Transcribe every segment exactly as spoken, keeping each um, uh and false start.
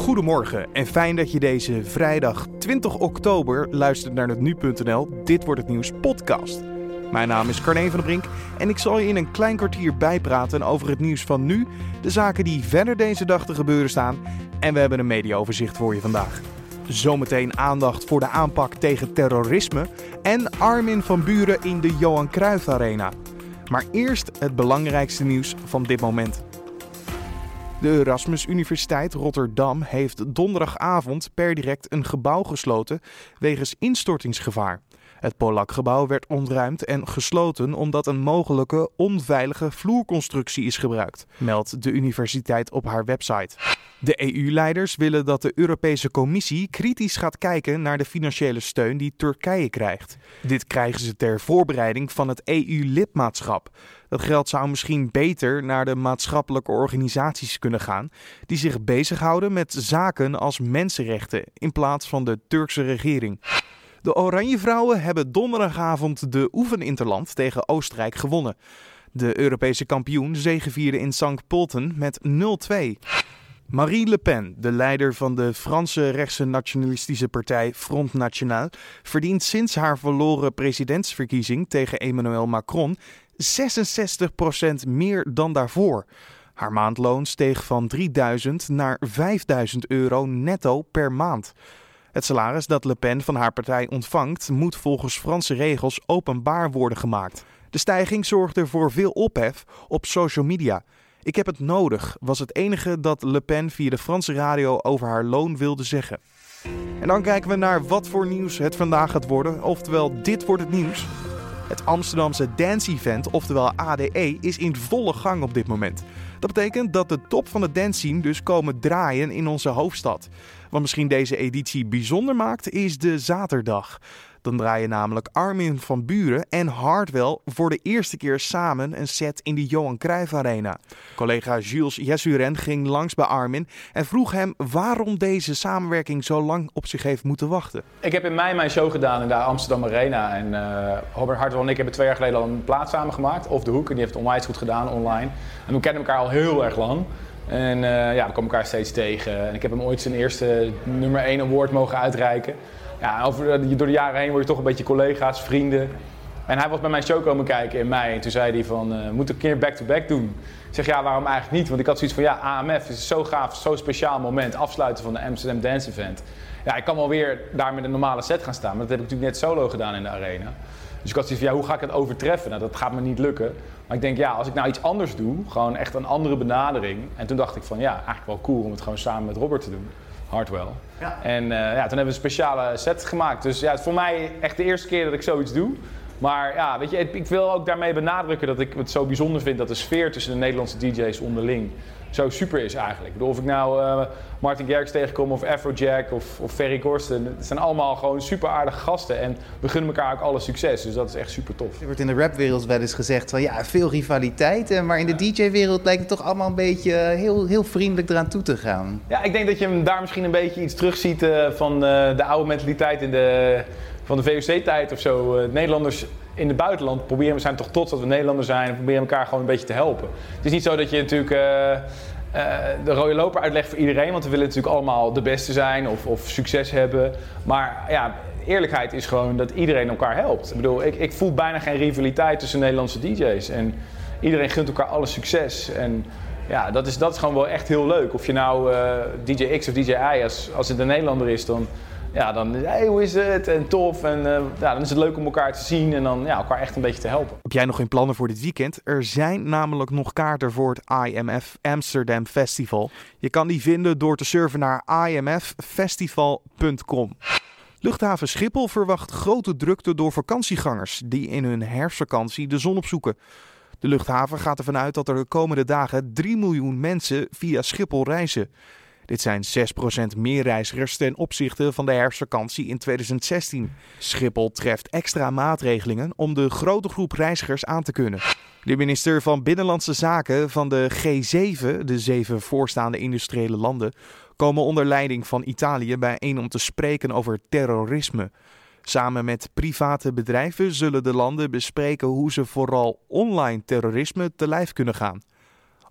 Goedemorgen en fijn dat je deze vrijdag twintig oktober luistert naar het nu punt n l Dit wordt het nieuws podcast. Mijn naam is Carne van der Brink en ik zal je in een klein kwartier bijpraten over het nieuws van nu, de zaken die verder deze dag te gebeuren staan en we hebben een mediaoverzicht voor je vandaag. Zometeen aandacht voor de aanpak tegen terrorisme en Armin van Buuren in de Johan Cruijff Arena. Maar eerst het belangrijkste nieuws van dit moment. De Erasmus Universiteit Rotterdam heeft donderdagavond per direct een gebouw gesloten wegens instortingsgevaar. Het Polak-gebouw werd ontruimd en gesloten omdat een mogelijke onveilige vloerconstructie is gebruikt, meldt de universiteit op haar website. De E U-leiders willen dat de Europese Commissie kritisch gaat kijken naar de financiële steun die Turkije krijgt. Dit krijgen ze ter voorbereiding van het E U-lidmaatschap. Dat geld zou misschien beter naar de maatschappelijke organisaties kunnen gaan die zich bezighouden met zaken als mensenrechten in plaats van de Turkse regering. De Oranjevrouwen hebben donderdagavond de oefeninterland tegen Oostenrijk gewonnen. De Europese kampioen zegevierde in Sankt Pölten met nul twee. Marine Le Pen, de leider van de Franse rechtse nationalistische partij Front National, verdient sinds haar verloren presidentsverkiezing tegen Emmanuel Macron zesenzestig procent meer dan daarvoor. Haar maandloon steeg van drieduizend naar vijfduizend euro netto per maand. Het salaris dat Le Pen van haar partij ontvangt moet volgens Franse regels openbaar worden gemaakt. De stijging zorgde voor veel ophef op social media. Ik heb het nodig, was het enige dat Le Pen via de Franse radio over haar loon wilde zeggen. En dan kijken we naar wat voor nieuws het vandaag gaat worden, oftewel dit wordt het nieuws. Het Amsterdamse Dance Event, oftewel A D E, is in volle gang op dit moment. Dat betekent dat de top van de dance scene dus komen draaien in onze hoofdstad. Wat misschien deze editie bijzonder maakt, is de zaterdag. Dan draaien namelijk Armin van Buuren en Hardwell voor de eerste keer samen een set in de Johan Cruijff Arena. Collega Jules Jessuren ging langs bij Armin en vroeg hem waarom deze samenwerking zo lang op zich heeft moeten wachten. Ik heb in mei mijn show gedaan in de Amsterdam Arena en uh, Robert Hardwell en ik hebben twee jaar geleden al een plaat samengemaakt, Off the Hook, en die heeft het onwijs goed gedaan online. En we kennen elkaar al heel erg lang. En uh, ja, we komen elkaar steeds tegen. En ik heb hem ooit zijn eerste nummer één award mogen uitreiken. Ja, over, door de jaren heen word je toch een beetje collega's, vrienden. En hij was bij mijn show komen kijken in mei en toen zei hij van, uh, we moeten een keer back-to-back doen. Ik zeg, ja, waarom eigenlijk niet? Want ik had zoiets van, ja, A M F is zo gaaf, zo'n speciaal moment, afsluiten van de Amsterdam Dance Event. Ja, ik kan wel weer daar met een normale set gaan staan, maar dat heb ik natuurlijk net solo gedaan in de arena. Dus ik had zoiets van, ja, hoe ga ik het overtreffen? Nou, dat gaat me niet lukken. Maar ik denk, ja, als ik nou iets anders doe, gewoon echt een andere benadering. En toen dacht ik van, ja, eigenlijk wel cool om het gewoon samen met Robert te doen. Hardwell. Ja. En uh, ja, toen hebben we een speciale set gemaakt. Dus ja, het is voor mij echt de eerste keer dat ik zoiets doe. Maar ja, weet je, ik wil ook daarmee benadrukken dat ik het zo bijzonder vind dat de sfeer tussen de Nederlandse D J's onderling zo super is eigenlijk. Ik bedoel, of ik nou uh, Martin Garrix tegenkom of Afrojack of, of Ferry Corsten. Het zijn allemaal gewoon super aardige gasten en we gunnen elkaar ook alle succes. Dus dat is echt super tof. Er wordt in de rapwereld wel eens gezegd van ja, veel rivaliteit. Maar in de D J-wereld lijkt het toch allemaal een beetje heel, heel vriendelijk eraan toe te gaan. Ja, ik denk dat je daar misschien een beetje iets terugziet uh, van uh, de oude mentaliteit in de, van de V O C-tijd of zo. Uh, Nederlanders in het buitenland proberen we zijn toch trots dat we Nederlanders zijn en proberen elkaar gewoon een beetje te helpen. Het is niet zo dat je natuurlijk uh, uh, de rode loper uitlegt voor iedereen, want we willen natuurlijk allemaal de beste zijn of, of succes hebben. Maar ja, eerlijkheid is gewoon dat iedereen elkaar helpt. Ik bedoel, ik, ik voel bijna geen rivaliteit tussen Nederlandse D J's en iedereen gunt elkaar alle succes. En ja, dat is, dat is gewoon wel echt heel leuk. Of je nou uh, D J X of D J Y, als, als het een Nederlander is, dan ja, dan is hey, hoe is het? En tof. En uh, ja, dan is het leuk om elkaar te zien en dan ja, elkaar echt een beetje te helpen. Heb jij nog geen plannen voor dit weekend? Er zijn namelijk nog kaarten voor het I M F Amsterdam Festival. Je kan die vinden door te surfen naar i m f festival punt com. Luchthaven Schiphol verwacht grote drukte door vakantiegangers die in hun herfstvakantie de zon opzoeken. De luchthaven gaat ervan uit dat er de komende dagen drie miljoen mensen via Schiphol reizen. Dit zijn zes procent meer reizigers ten opzichte van de herfstvakantie in tweeduizend zestien. Schiphol treft extra maatregelingen om de grote groep reizigers aan te kunnen. De minister van Binnenlandse Zaken van de G zeven, de zeven voorstaande industriële landen, komen onder leiding van Italië bijeen om te spreken over terrorisme. Samen met private bedrijven zullen de landen bespreken hoe ze vooral online terrorisme te lijf kunnen gaan.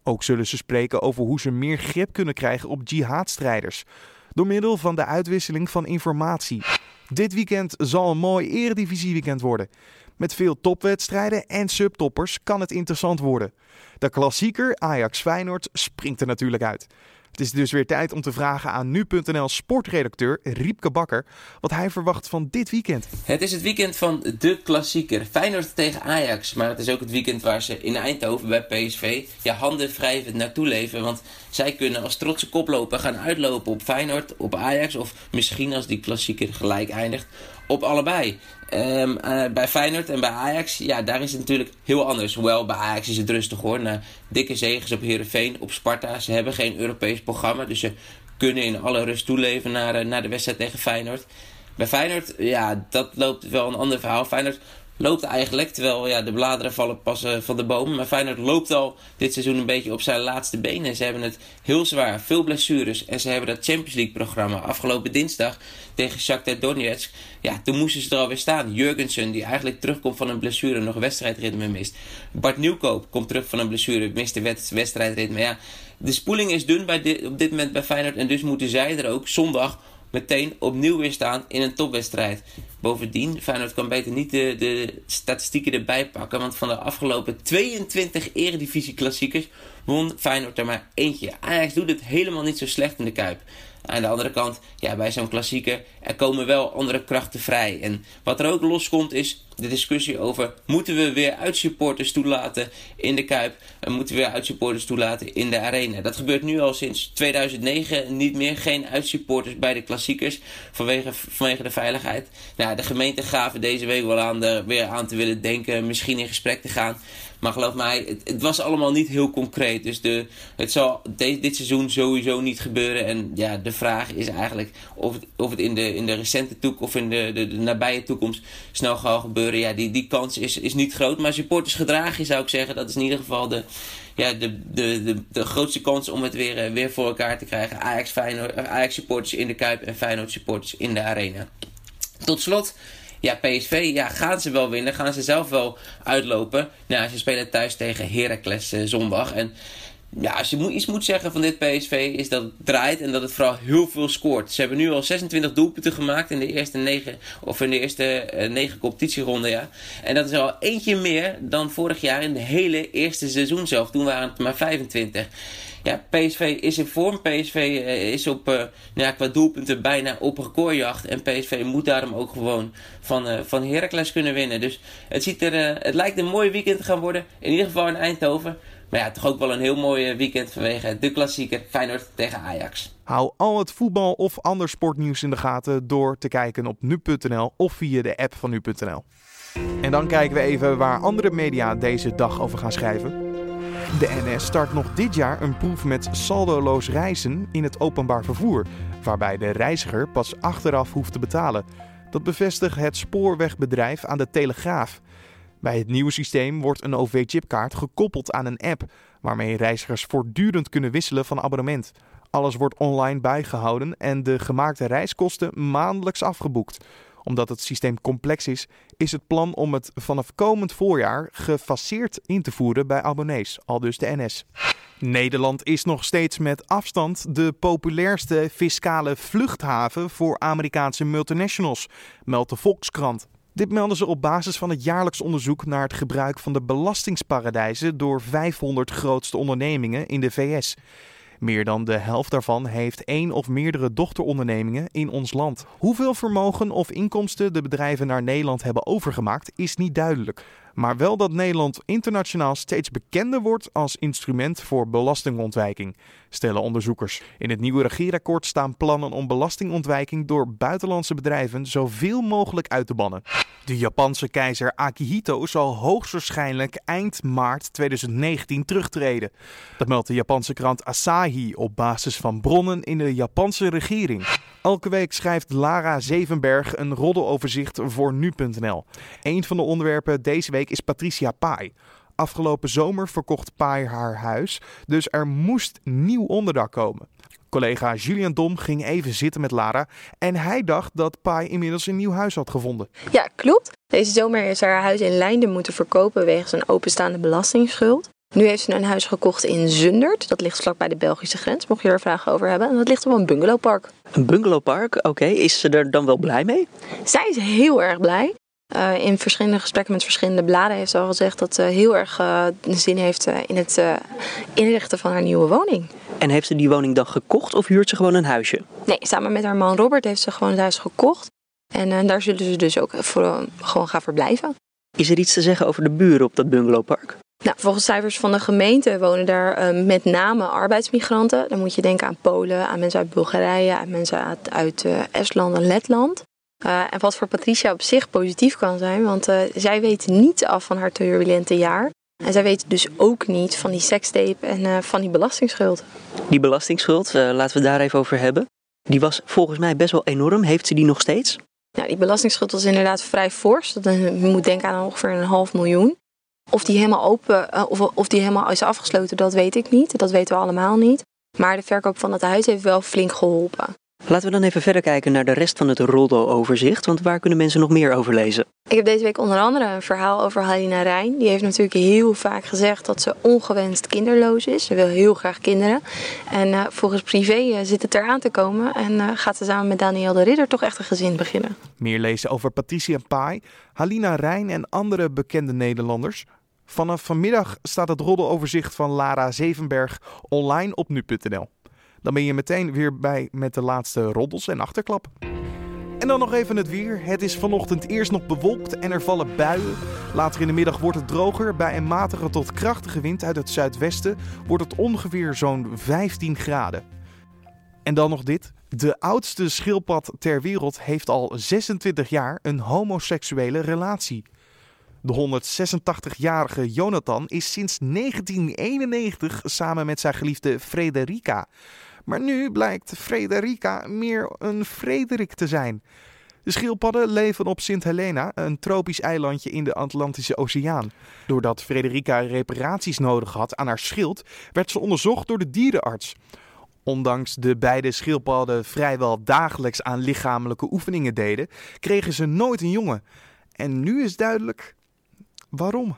Ook zullen ze spreken over hoe ze meer grip kunnen krijgen op jihadstrijders. Door middel van de uitwisseling van informatie. Dit weekend zal een mooi eredivisieweekend worden. Met veel topwedstrijden en subtoppers kan het interessant worden. De klassieker Ajax-Feyenoord springt er natuurlijk uit. Het is dus weer tijd om te vragen aan nu punt n l sportredacteur Riepke Bakker wat hij verwacht van dit weekend. Het is het weekend van de klassieker. Feyenoord tegen Ajax. Maar het is ook het weekend waar ze in Eindhoven bij P S V ja, handen wrijvend naartoe leven. Want zij kunnen als trotse koploper gaan uitlopen op Feyenoord, op Ajax. Of misschien als die klassieker gelijk eindigt, op allebei. Um, uh, bij Feyenoord en bij Ajax, ja, daar is het natuurlijk heel anders. Hoewel, bij Ajax is het rustig hoor. Na dikke zegens op Heerenveen, op Sparta. Ze hebben geen Europees programma, dus ze kunnen in alle rust toeleven naar, uh, naar de wedstrijd tegen Feyenoord. Bij Feyenoord, ja, dat loopt wel een ander verhaal. Feyenoord loopt eigenlijk, terwijl ja, de bladeren vallen pas uh, van de bomen. Maar Feyenoord loopt al dit seizoen een beetje op zijn laatste benen. Ze hebben het heel zwaar, veel blessures. En ze hebben dat Champions League programma afgelopen dinsdag tegen Shakhtar Donetsk. Ja, toen moesten ze er alweer staan. Jurgensen, die eigenlijk terugkomt van een blessure, nog wedstrijdritme mist. Bart Nieuwkoop komt terug van een blessure, mist de wed- wedstrijdritme. Ja, de spoeling is dun bij dit, op dit moment bij Feyenoord. En dus moeten zij er ook zondag meteen opnieuw weer staan in een topwedstrijd. Bovendien, Feyenoord kan beter niet de, de statistieken erbij pakken. Want van de afgelopen tweeëntwintig eredivisie-klassiekers won Feyenoord er maar eentje. Ajax doet het helemaal niet zo slecht in de Kuip. Aan de andere kant, ja, bij zo'n klassieker, er komen wel andere krachten vrij. En wat er ook loskomt is de discussie over, moeten we weer uitsupporters toelaten in de Kuip? En moeten we weer uitsupporters toelaten in de Arena? Dat gebeurt nu al sinds tweeduizend negen niet meer. Geen uitsupporters bij de klassiekers vanwege, vanwege de veiligheid. Nou, de gemeente gaven deze week wel aan er weer aan te willen denken, misschien in gesprek te gaan. Maar geloof mij, het, het was allemaal niet heel concreet. Dus de, het zal de, dit seizoen sowieso niet gebeuren. En ja, de vraag is eigenlijk of het, of het in, de, in de recente toekomst of in de, de, de nabije toekomst snel gaat gebeuren. Ja, die, die kans is, is niet groot. Maar supportersgedrag, zou ik zeggen, dat is in ieder geval de, ja, de, de, de, de grootste kans om het weer, weer voor elkaar te krijgen. Ajax, Feyenoord, Ajax supporters in de Kuip en Feyenoord supporters in de Arena. Tot slot, ja, P S V, ja, gaan ze wel winnen? Gaan ze zelf wel uitlopen? Nou, ze spelen thuis tegen Heracles uh, zondag. En ja, als je iets moet zeggen van dit P S V is dat het draait en dat het vooral heel veel scoort. Ze hebben nu al zesentwintig doelpunten gemaakt in de eerste negen, of in de eerste uh, negen competitieronden, ja. En dat is al eentje meer dan vorig jaar in de hele eerste seizoen zelf. Toen waren het maar vijfentwintig. Ja, P S V is in vorm. P S V uh, is op, uh, ja, qua doelpunten bijna op recordjacht. En P S V moet daarom ook gewoon van, uh, van Heracles kunnen winnen. Dus het, ziet er, uh, het lijkt een mooi weekend te gaan worden. In ieder geval in Eindhoven. Maar ja, toch ook wel een heel mooi weekend vanwege de klassieker Feyenoord tegen Ajax. Hou al het voetbal of ander sportnieuws in de gaten door te kijken op nu punt n l of via de app van nu punt n l. En dan kijken we even waar andere media deze dag over gaan schrijven. De N S start nog dit jaar een proef met saldoloos reizen in het openbaar vervoer, waarbij de reiziger pas achteraf hoeft te betalen. Dat bevestigt het spoorwegbedrijf aan de Telegraaf. Bij het nieuwe systeem wordt een O V-chipkaart gekoppeld aan een app, waarmee reizigers voortdurend kunnen wisselen van abonnement. Alles wordt online bijgehouden en de gemaakte reiskosten maandelijks afgeboekt. Omdat het systeem complex is, is het plan om het vanaf komend voorjaar gefaseerd in te voeren bij abonnees, aldus de N S. Nederland is nog steeds met afstand de populairste fiscale vluchthaven voor Amerikaanse multinationals, meldt de Volkskrant. Dit melden ze op basis van het jaarlijks onderzoek naar het gebruik van de belastingsparadijzen door vijfhonderd grootste ondernemingen in de V S. Meer dan de helft daarvan heeft één of meerdere dochterondernemingen in ons land. Hoeveel vermogen of inkomsten de bedrijven naar Nederland hebben overgemaakt is niet duidelijk. Maar wel dat Nederland internationaal steeds bekender wordt als instrument voor belastingontwijking, stellen onderzoekers. In het nieuwe regeerakkoord staan plannen om belastingontwijking door buitenlandse bedrijven zoveel mogelijk uit te bannen. De Japanse keizer Akihito zal hoogstwaarschijnlijk eind maart tweeduizend negentien terugtreden. Dat meldt de Japanse krant Asahi op basis van bronnen in de Japanse regering. Elke week schrijft Lara Zevenberg een roddeloverzicht voor nu punt n l. Een van de onderwerpen deze week is Patricia Pai. Afgelopen zomer verkocht Pai haar huis, dus er moest nieuw onderdak komen. Collega Julian Dom ging even zitten met Lara en hij dacht dat Pai inmiddels een nieuw huis had gevonden. Ja, klopt. Deze zomer is haar huis in Leinden moeten verkopen wegens een openstaande belastingsschuld. Nu heeft ze een huis gekocht in Zundert. Dat ligt vlak bij de Belgische grens, mocht je er vragen over hebben. En dat ligt op een bungalowpark. Een bungalowpark, oké. Okay. Is ze er dan wel blij mee? Zij is heel erg blij. Uh, in verschillende gesprekken met verschillende bladen heeft ze al gezegd dat ze heel erg uh, zin heeft uh, in het uh, inrichten van haar nieuwe woning. En heeft ze die woning dan gekocht of huurt ze gewoon een huisje? Nee, samen met haar man Robert heeft ze gewoon het huis gekocht. En uh, daar zullen ze dus ook voor, uh, gewoon gaan verblijven. Is er iets te zeggen over de buren op dat bungalowpark? Nou, volgens cijfers van de gemeente wonen daar uh, met name arbeidsmigranten. Dan moet je denken aan Polen, aan mensen uit Bulgarije, aan mensen uit, uit uh, Estland en Letland. Uh, en wat voor Patricia op zich positief kan zijn, want uh, zij weet niet af van haar turbulente jaar. En zij weet dus ook niet van die sekstape en uh, van die belastingsschuld. Die belastingsschuld, uh, laten we daar even over hebben. Die was volgens mij best wel enorm. Heeft ze die nog steeds? Nou, die belastingsschuld was inderdaad vrij fors. Dat, uh, je moet denken aan ongeveer een half miljoen. Of die helemaal open, uh, of, of die helemaal is afgesloten, dat weet ik niet. Dat weten we allemaal niet. Maar de verkoop van het huis heeft wel flink geholpen. Laten we dan even verder kijken naar de rest van het Roldo-overzicht. Want waar kunnen mensen nog meer over lezen? Ik heb deze week onder andere een verhaal over Halina Reijn. Die heeft natuurlijk heel vaak gezegd dat ze ongewenst kinderloos is. Ze wil heel graag kinderen. En uh, volgens privé uh, zit het eraan te komen. En uh, gaat ze samen met Daniel de Ridder toch echt een gezin beginnen. Meer lezen over Patricia Pai, Halina Reijn en andere bekende Nederlanders. Vanaf vanmiddag staat het Roldo-overzicht van Lara Zevenberg online op nu punt n l. Dan ben je meteen weer bij met de laatste roddels en achterklap. En dan nog even het weer. Het is vanochtend eerst nog bewolkt en er vallen buien. Later in de middag wordt het droger. Bij een matige tot krachtige wind uit het zuidwesten wordt het ongeveer zo'n vijftien graden. En dan nog dit. De oudste schildpad ter wereld heeft al zesentwintig jaar een homoseksuele relatie. De honderdzesentachtigjarige Jonathan is sinds negentien eenennegentig samen met zijn geliefde Frederica. Maar nu blijkt Frederica meer een Frederik te zijn. De schildpadden leven op Sint Helena, een tropisch eilandje in de Atlantische Oceaan. Doordat Frederica reparaties nodig had aan haar schild, werd ze onderzocht door de dierenarts. Ondanks de beide schildpadden vrijwel dagelijks aan lichamelijke oefeningen deden, kregen ze nooit een jongen. En nu is duidelijk waarom.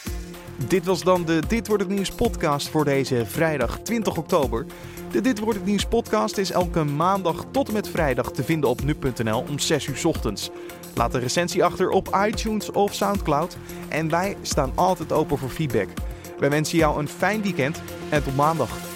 Dit was dan de Dit Wordt Het Nieuws podcast voor deze vrijdag twintig oktober. De Dit Wordt Het Nieuws podcast is elke maandag tot en met vrijdag te vinden op nu punt n l om zes uur 's ochtends. Laat een recensie achter op iTunes of Soundcloud en wij staan altijd open voor feedback. Wij wensen jou een fijn weekend en tot maandag.